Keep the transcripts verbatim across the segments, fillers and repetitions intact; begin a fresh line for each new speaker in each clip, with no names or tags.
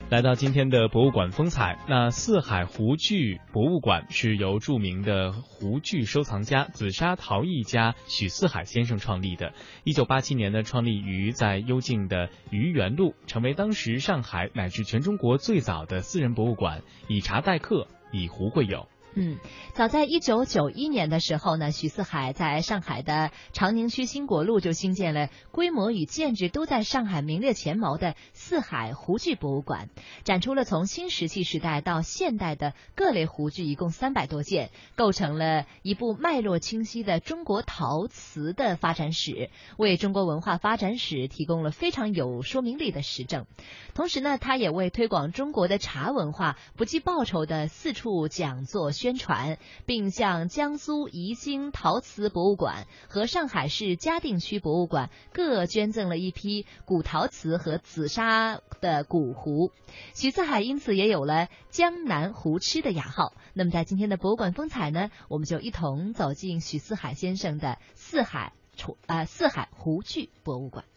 来到今天的博物馆风采，那四海湖剧博物馆是由著名的湖剧收藏家、紫砂陶艺家许四海先生创立的。一九八七年呢，创立于在幽静的愚园路，成为当时上海乃至全中国最早的私人博物馆，以茶待客，以湖会友。
嗯，早在一九九一年的时候呢，许四海在上海的长宁区新国路就兴建了规模与建制都在上海名列前茅的四海湖剧博物馆，展出了从新石器时代到现代的各类湖剧一共三百多件，构成了一部脉络清晰的中国陶瓷的发展史，为中国文化发展史提供了非常有说明力的实证。同时呢，他也为推广中国的茶文化不计报酬的四处讲座宣传，并向江苏宜兴陶瓷博物馆和上海市嘉定区博物馆各捐赠了一批古陶瓷和紫砂的古壶。许四海因此也有了江南湖痴的雅号。那么在今天的博物馆风采呢，我们就一同走进许四海先生的四海呃四海湖剧博物馆。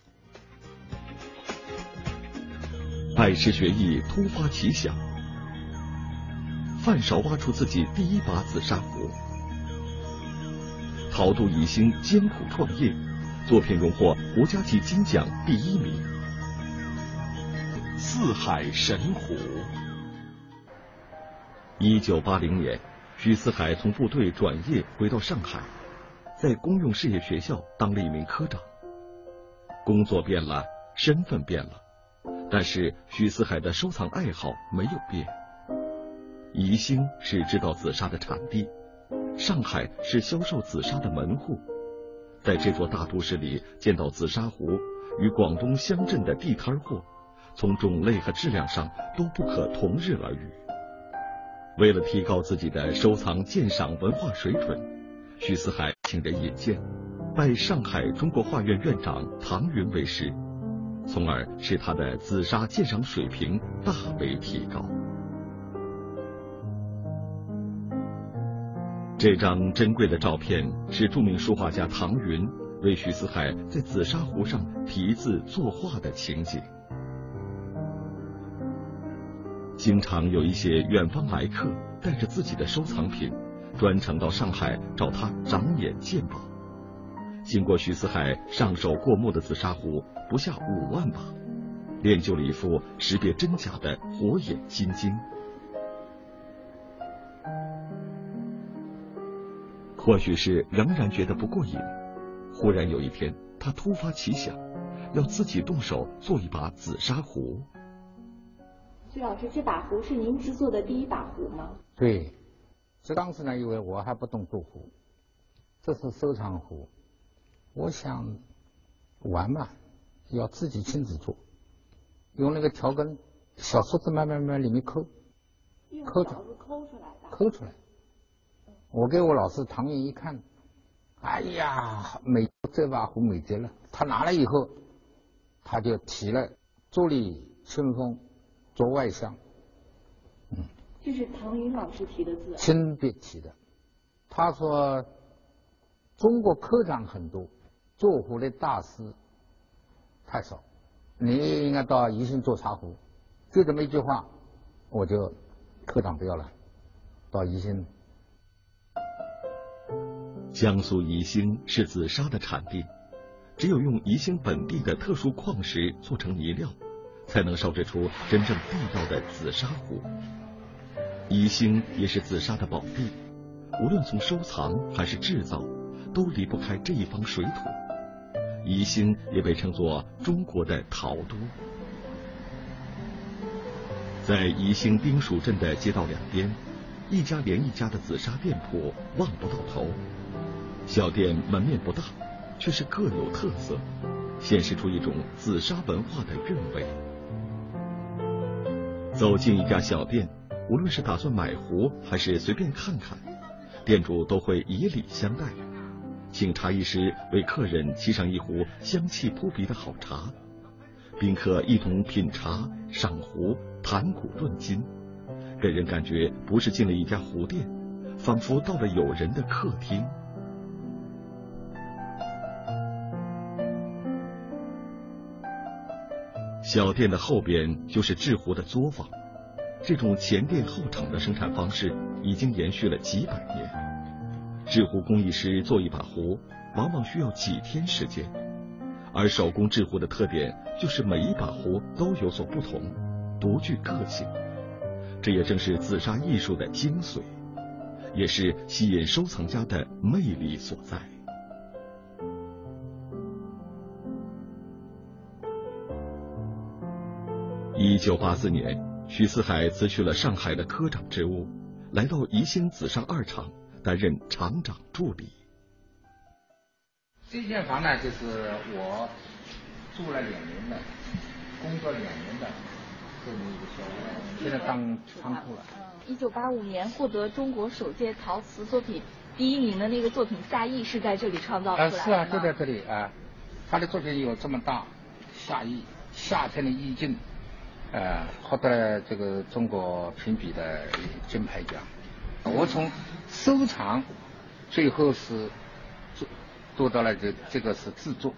爱诗学艺，突发奇想，范少挖出自己第一把紫砂壶。陶都宜兴艰苦创业，作品荣获国家级金奖第一名。四海神壶。一九八零年，许四海从部队转业回到上海，在公用事业学校当了一名科长。工作变了，身份变了，但是许四海的收藏爱好没有变。宜兴是制造紫砂的产地，上海是销售紫砂的门户。在这座大都市里见到紫砂壶，与广东乡镇的地摊货，从种类和质量上都不可同日而语。为了提高自己的收藏鉴赏文化水准，许四海请人引荐，拜上海中国画院院长唐云为师，从而使他的紫砂鉴赏水平大为提高。这张珍贵的照片是著名书画家唐云为许四海在紫砂壶上题字作画的情景。经常有一些远方来客带着自己的收藏品，专程到上海找他长眼鉴宝。经过许四海上手过目的紫砂壶不下五万把，练就了一副识别真假的火眼金睛。或许是仍然觉得不过瘾，忽然有一天，他突发奇想，要自己动手做一把紫砂壶。
徐老师，这把壶是您制作的第一把壶吗？
对，这当时呢，因为我还不懂做壶，这是收藏壶，我想玩嘛，要自己亲自做，用那个条根小梳子慢慢慢慢里面抠，抠出
抠出来的，
抠出来。我给我老师唐云一看，哎呀，美，这把壶美极了。他拿了以后，他就提了坐立春风做外相。嗯，
这是唐云老师提的字，
亲笔提的。他说，中国科长很多，做壶的大师太少，你应该到宜兴做茶壶。就这么一句话，我就科长不要了，到宜兴。
江苏宜兴是紫砂的产地，只有用宜兴本地的特殊矿石做成泥料，才能烧制出真正地道的紫砂壶。宜兴也是紫砂的宝地，无论从收藏还是制造，都离不开这一方水土。宜兴也被称作中国的陶都。在宜兴丁蜀镇的街道两边，一家连一家的紫砂店铺望不到头。小店门面不大，却是各有特色，显示出一种紫砂文化的韵味。走进一家小店，无论是打算买壶还是随便看看，店主都会以礼相待，请茶艺师为客人沏上一壶香气扑鼻的好茶，宾客一同品茶、赏壶、谈古论今，给人感觉不是进了一家壶店，仿佛到了友人的客厅。 小店的后边就是制壶的作坊，这种前店后厂的生产方式已经延续了几百年。制壶工艺师做一把壶，往往需要几天时间，而手工制壶的特点就是每一把壶都有所不同，独具个性。这也正是紫砂艺术的精髓，也是吸引收藏家的魅力所在。一九八四年，徐四海辞去了上海的科长职务，来到宜兴紫砂二厂担任厂长助理。
这间房呢，就是我住了两年的，工作两年的这么一个小屋，现在当仓库了。
一九八五年获得中国首届陶瓷作品第一名的那个作品夏意是在这里创造出来的吗？
啊，是啊，就在这里啊。他的作品有这么大，夏意，夏天的意境。呃，获得了这个中国评比的金牌奖。我从收藏，最后是做做到了这这个是制作。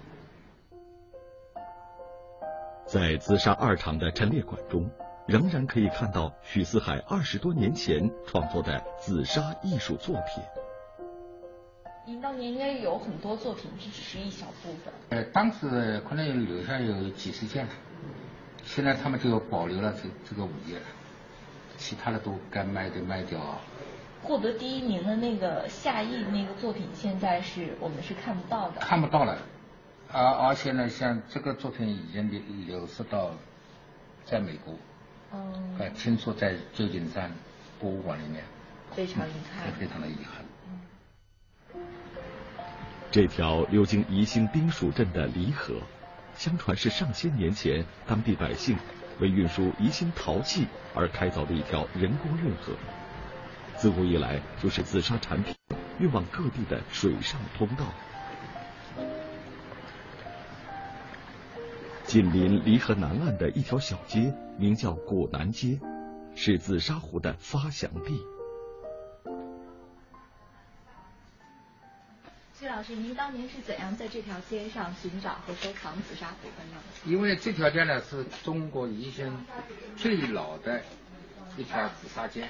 在紫砂二厂的陈列馆中，仍然可以看到许四海二十多年前创作的紫砂艺术作品。
您当年应该有很多作品，这只是一小部分。
呃，当时可能留下有几十件了。现在他们就保留了这这个五页了，其他的都该卖的卖掉。
获得第一名的那个夏意那个作品，现在是我们是看不到的。
看不到了，而、啊、而且呢，像这个作品已经流流失到在美国。嗯。呃，听说在旧金山博物馆里面。
非常遗憾。
非常的遗憾。
嗯、这条流经宜兴丁蜀镇的离河。相传是上千年前当地百姓为运输宜兴陶器而开凿的一条人工运河，自古以来就是紫砂产品运往各地的水上通道。紧邻离河南岸的一条小街名叫古南街，是紫砂壶的发祥地。
徐老师，您当年是怎样在这条街上寻找和收藏紫砂壶的呢？
因为这条街呢是中国宜兴最老的一条紫砂街。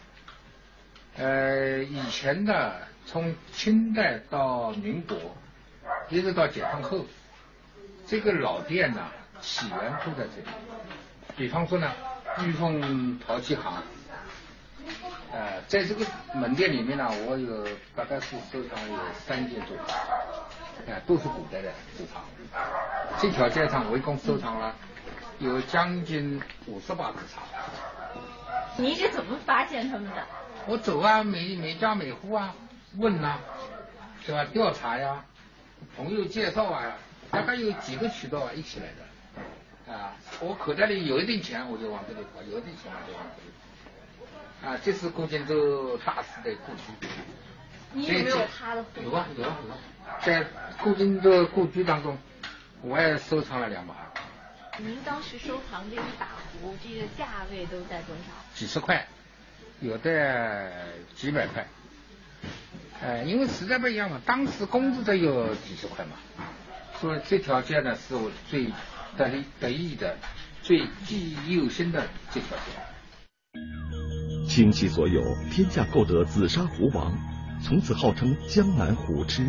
呃，以前的从清代到民国，一直到解放后，这个老店呢起源就在这里。比方说呢，玉凤陶器行。呃，在这个门店里面呢，我有大概是收藏有三件作品，啊、呃，都是古代的收藏。这条街上我一共收藏了有将近五十把紫砂。
你是怎么发现他们的？
我走啊，每每家每户啊，问啊，是吧？调查呀，朋友介绍啊，大概有几个渠道啊一起来的。啊，我口袋里有一点钱，我就往这里跑；有一点钱我就往这里跑。啊，这是顾金州大师的故居。
你有没有他的？
有啊有啊有啊，在顾金州故居当中，我也收藏了两把。
您当时收藏这一把壶，这个价位都在多少？
几十块，有的几百块。呃，因为实在不一样嘛，当时工资都有几十块嘛，所以这条街呢是我最得意得意的、最记忆犹新的这条街。
倾其所有，天价购得紫砂壶王，从此号称江南壶痴。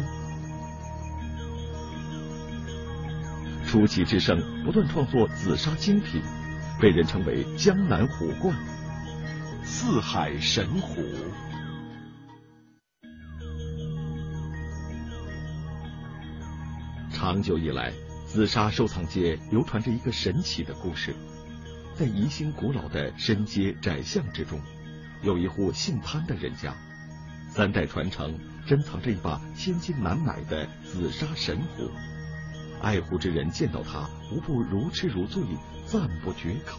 出奇制胜，不断创作紫砂精品，被人称为江南壶冠、四海神壶。长久以来，紫砂收藏界流传着一个神奇的故事。在宜兴古老的深街窄巷之中，有一户姓潘的人家，三代传承，珍藏着一把千金难买的紫砂神壶。爱壶之人见到它，无不如痴如醉，赞不绝口。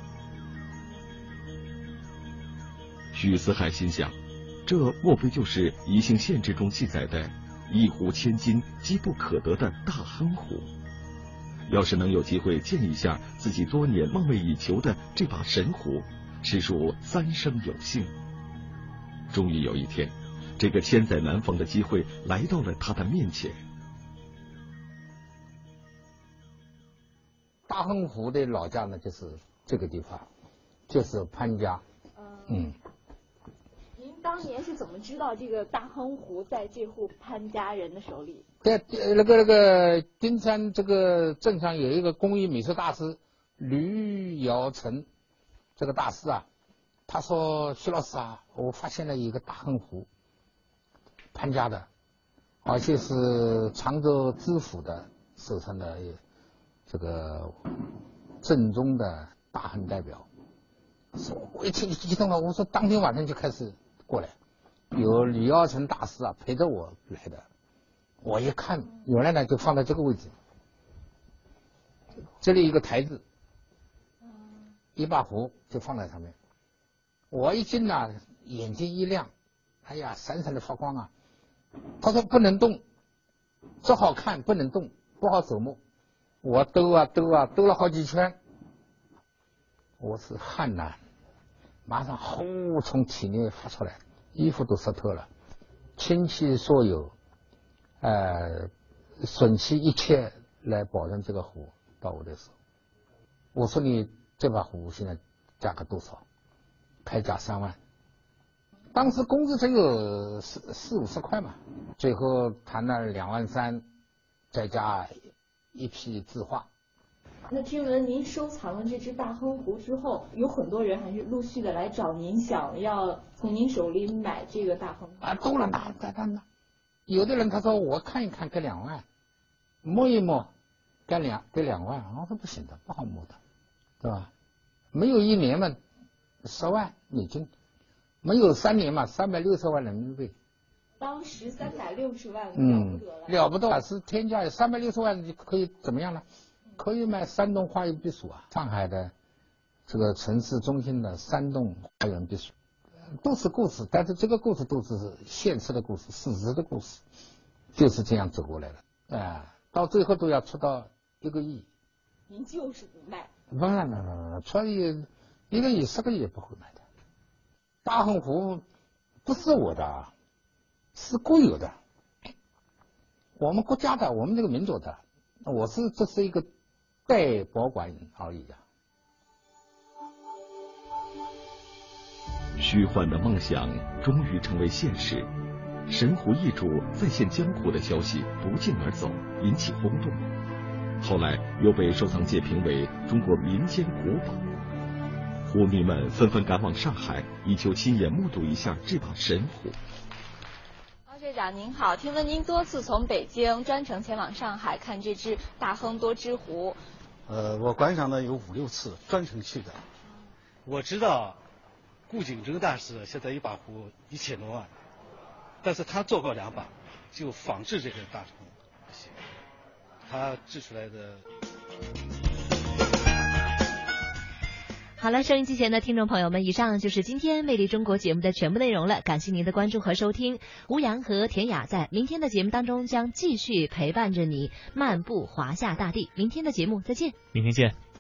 许四海心想，这莫非就是宜兴县志中记载的一壶千金，机不可得的大亨壶？要是能有机会见一下自己多年梦寐以求的这把神壶，实属三生有幸。终于有一天，这个千载难逢的机会来到了他的面前。
大大横湖的老家呢，就是这个地方，就是潘家。嗯。
您当年是怎么知道这个大横湖在这户潘家人的手里？
在那个那个丁山这个镇上有一个工艺美术大师吕尧成，这个大师啊，他说徐老师啊，我发现了一个大横湖，潘家的，而且是常州知府的手上的这个正宗的大横代表。说我一听就激动了，我说当天晚上就开始过来，有吕尧成大师啊陪着我来的。我一看，原来呢就放在这个位置，这里一个台子，一把壶就放在上面。我一进呢，眼睛一亮，哎呀，闪闪的发光啊！他说不能动，只好看不能动，不好走路。我兜啊兜啊兜了好几圈，我是汗呐，马上呼从体内发出来，衣服都湿透了，倾其所有。呃，损其一切来保证这个壶到我的手。我说你这把壶现在价格多少？开价三万。当时工资只有四四五十块嘛，最后谈了两万三，再加一批字画。
那听闻您收藏了这只大横湖之后，有很多人还是陆续的来找您，想要从您手里买这个大横湖
啊，多了拿在那呢。有的人他说我看一看给两万，摸一摸给两给两万，我说不行的，不好摸的，对吧？没有一年嘛，十万美金，没有三年嘛，三百六十万人民币。
当时三百六十万
嗯，
了不得了，
了不得，是天价，三百六十万就可以怎么样呢？可以买山东花园别墅啊，上海的这个城市中心的山东花园别墅。都是故事，但是这个故事都是现实的故事，事实的故事，就是这样走过来的。啊、呃，到最后都要出到一个亿。
您就是不卖？
不不不不，出一一个亿、十个亿也不会买的。大横湖不是我的，是国有的，我们国家的，我们这个民族的。我是这是一个代保管人而已啊。
虚幻的梦想终于成为现实，神湖易主再现江湖的消息不胫而走，引起轰动。后来又被收藏界评为中国民间国宝，湖迷们纷纷赶往上海，以求亲眼目睹一下这把神湖。
高队长您好，听闻您多次从北京专程前往上海看这只大亨多支湖。
呃，我观赏了有五六次，专程去的。我知道顾景征大师现在一把壶一千多万，但是他做过两把，就仿制这个大壶，他制出来的。
好了，收音机前的听众朋友们，以上就是今天魅力中国节目的全部内容了，感谢您的关注和收听。吴阳和田雅在明天的节目当中将继续陪伴着你漫步华夏大地，明天的节目再见。
明天见。